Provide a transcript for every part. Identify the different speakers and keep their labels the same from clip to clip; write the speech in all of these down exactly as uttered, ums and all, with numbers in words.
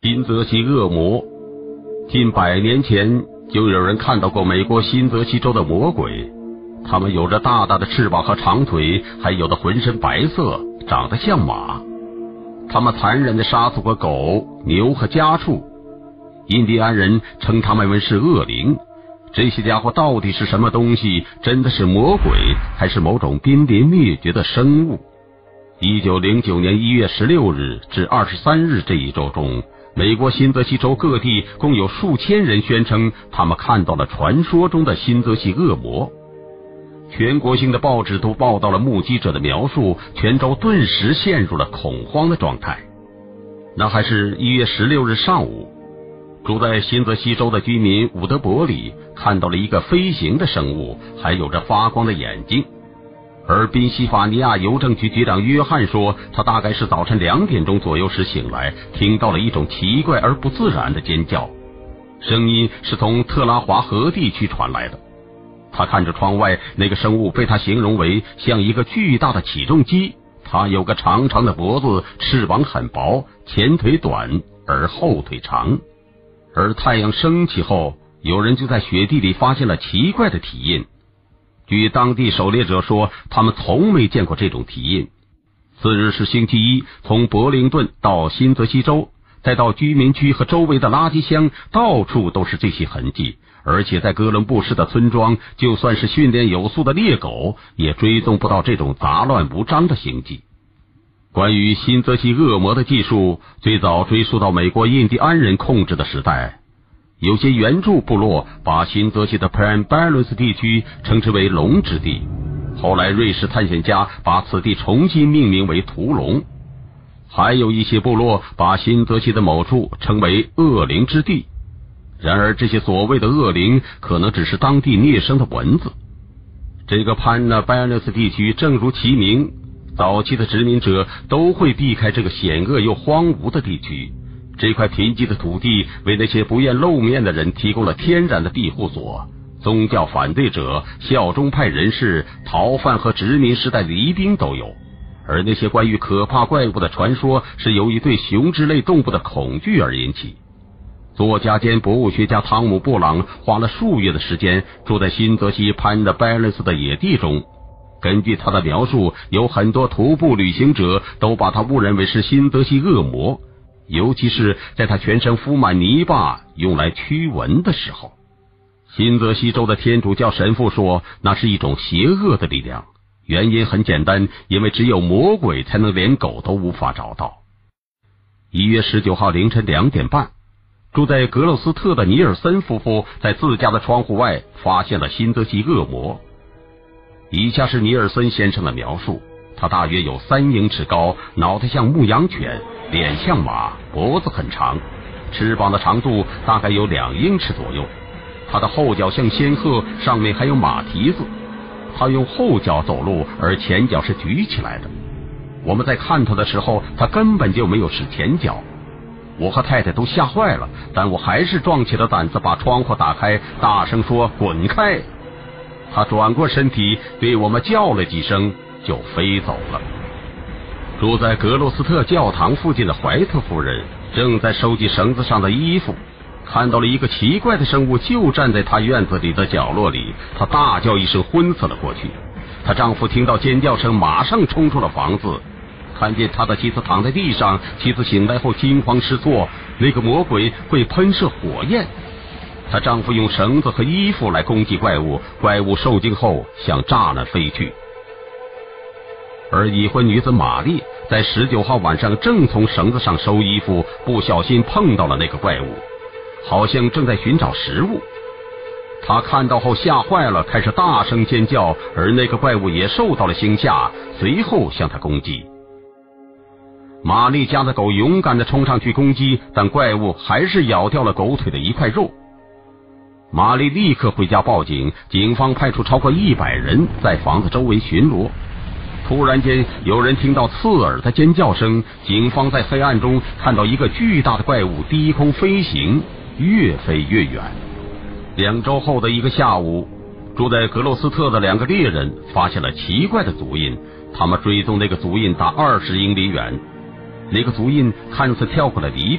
Speaker 1: 新泽西恶魔。近百年前就有人看到过美国新泽西州的魔鬼，它们有着大大的翅膀和长腿，还有的浑身白色，长得像马。他们残忍地杀死过狗、牛和家畜。印第安人称他们为是恶灵。这些家伙到底是什么东西？真的是魔鬼，还是某种濒临灭绝的生物？一九零九年一月十六日至二十三日这一周中，美国新泽西州各地共有数千人宣称他们看到了传说中的新泽西恶魔。全国性的报纸都报道了目击者的描述，全州顿时陷入了恐慌的状态。那还是一月十六日上午，住在新泽西州的居民伍德伯里看到了一个飞行的生物，还有着发光的眼睛。而宾夕法尼亚邮政局局长约翰说，他大概是早晨两点钟左右时醒来，听到了一种奇怪而不自然的尖叫，声音是从特拉华河地区传来的。他看着窗外，那个生物被他形容为像一个巨大的起重机，它有个长长的脖子，翅膀很薄，前腿短而后腿长。而太阳升起后，有人就在雪地里发现了奇怪的体印。据当地狩猎者说，他们从没见过这种体印。次日是星期一，从柏林顿到新泽西州，再到居民区和周围的垃圾箱，到处都是这些痕迹。而且在哥伦布市的村庄，就算是训练有素的猎狗，也追踪不到这种杂乱无章的行迹。关于新泽西恶魔的技术，最早追溯到美国印第安人控制的时代。有些原住部落把新泽西的 Prime Balance 地区称之为龙之地，后来瑞士探险家把此地重新命名为屠龙。还有一些部落把新泽西的某处称为恶灵之地。然而这些所谓的恶灵可能只是当地孽生的蚊子。这个 Prime Balance 地区正如其名，早期的殖民者都会避开这个险恶又荒芜的地区。这块贫瘠的土地为那些不愿露面的人提供了天然的庇护所，宗教反对者、效忠派人士、逃犯和殖民时代的疑兵都有。而那些关于可怕怪物的传说是由于对熊之类动物的恐惧而引起。作家兼博物学家汤姆·布朗花了数月的时间住在新泽西潘德拜勒斯的野地中。根据他的描述，有很多徒步旅行者都把他误认为是新泽西恶魔，尤其是在他全身敷满泥巴用来驱蚊的时候。新泽西州的天主教神父说，那是一种邪恶的力量，原因很简单，因为只有魔鬼才能连狗都无法找到。一月十九号凌晨两点半，住在格洛斯特的尼尔森夫妇在自家的窗户外发现了新泽西恶魔。以下是尼尔森先生的描述，他大约有三英尺高，脑袋像牧羊犬，脸像马，脖子很长，翅膀的长度大概有两英尺左右。他的后脚像仙鹤，上面还有马蹄子。他用后脚走路，而前脚是举起来的。我们在看他的时候，他根本就没有使前脚。我和太太都吓坏了，但我还是壮起了胆子把窗户打开，大声说滚开。他转过身体对我们叫了几声，就飞走了。住在格洛斯特教堂附近的怀特夫人正在收集绳子上的衣服，看到了一个奇怪的生物就站在她院子里的角落里，她大叫一声昏死了过去。她丈夫听到尖叫声，马上冲出了房子，看见他的妻子躺在地上，妻子醒来后惊慌失措，那个魔鬼会喷射火焰。她丈夫用绳子和衣服来攻击怪物，怪物受惊后向栅栏飞去。而已婚女子玛丽在十九号晚上正从绳子上收衣服，不小心碰到了那个怪物，好像正在寻找食物。她看到后吓坏了，开始大声尖叫，而那个怪物也受到了惊吓，随后向她攻击。玛丽家的狗勇敢地冲上去攻击，但怪物还是咬掉了狗腿的一块肉。玛丽立刻回家报警，警方派出超过一百人在房子周围巡逻。突然间有人听到刺耳的尖叫声，警方在黑暗中看到一个巨大的怪物低空飞行，越飞越远。两周后的一个下午，住在格洛斯特的两个猎人发现了奇怪的足印，他们追踪那个足印达二十英里远。那个足印看似跳过了篱笆，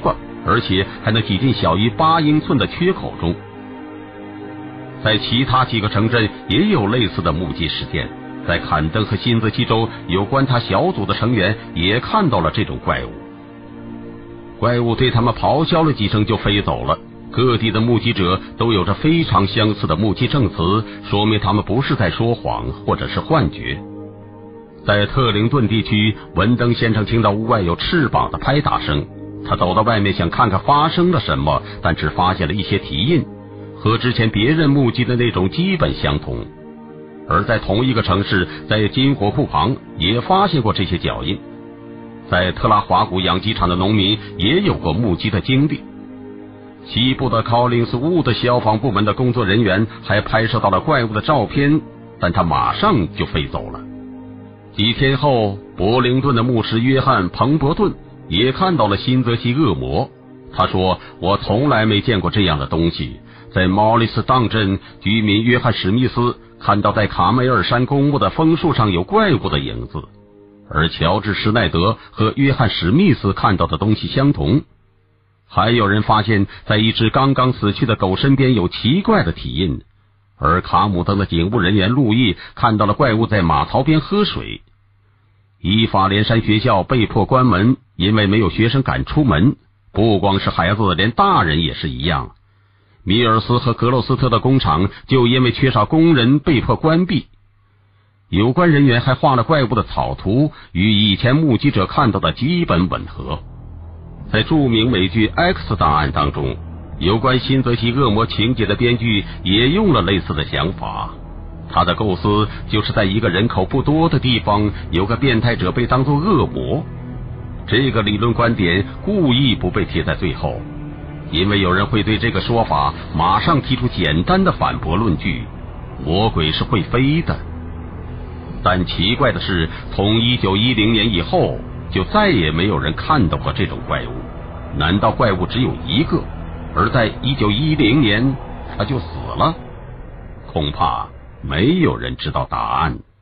Speaker 1: 而且还能挤进小于八英寸的缺口中。在其他几个城镇也有类似的目击事件，在坎登和新泽西州，有观察小组的成员也看到了这种怪物。怪物对他们咆哮了几声就飞走了。各地的目击者都有着非常相似的目击证词，说明他们不是在说谎或者是幻觉。在特灵顿地区，文登先生听到屋外有翅膀的拍打声，他走到外面想看看发生了什么，但只发现了一些蹄印，和之前别人目击的那种基本相同。而在同一个城市，在金火库旁也发现过这些脚印。在特拉华谷养鸡场的农民也有过目击的经历。西部的考林斯乌的消防部门的工作人员还拍摄到了怪物的照片，但它马上就飞走了。几天后，柏林顿的牧师约翰·彭伯顿也看到了新泽西恶魔。他说，我从来没见过这样的东西。在毛利斯当镇，居民约翰·史密斯看到在卡梅尔山公墓的枫树上有怪物的影子，而乔治·施耐德和约翰·史密斯看到的东西相同。还有人发现在一只刚刚死去的狗身边有奇怪的体印，而卡姆登的警务人员路易看到了怪物在马槽边喝水。伊法连山学校被迫关门，因为没有学生敢出门，不光是孩子，连大人也是一样。米尔斯和格洛斯特的工厂就因为缺少工人被迫关闭。有关人员还画了怪物的草图，与以前目击者看到的基本吻合。在著名美剧《X 档案》当中，有关新泽西恶魔情节的编剧也用了类似的想法。他的构思就是在一个人口不多的地方，有个变态者被当作恶魔。这个理论观点故意不被贴在最后，因为有人会对这个说法马上提出简单的反驳论据：魔鬼是会飞的。但奇怪的是，从一九一零年以后就再也没有人看到过这种怪物。难道怪物只有一个，而在一九一零年他就死了？恐怕没有人知道答案。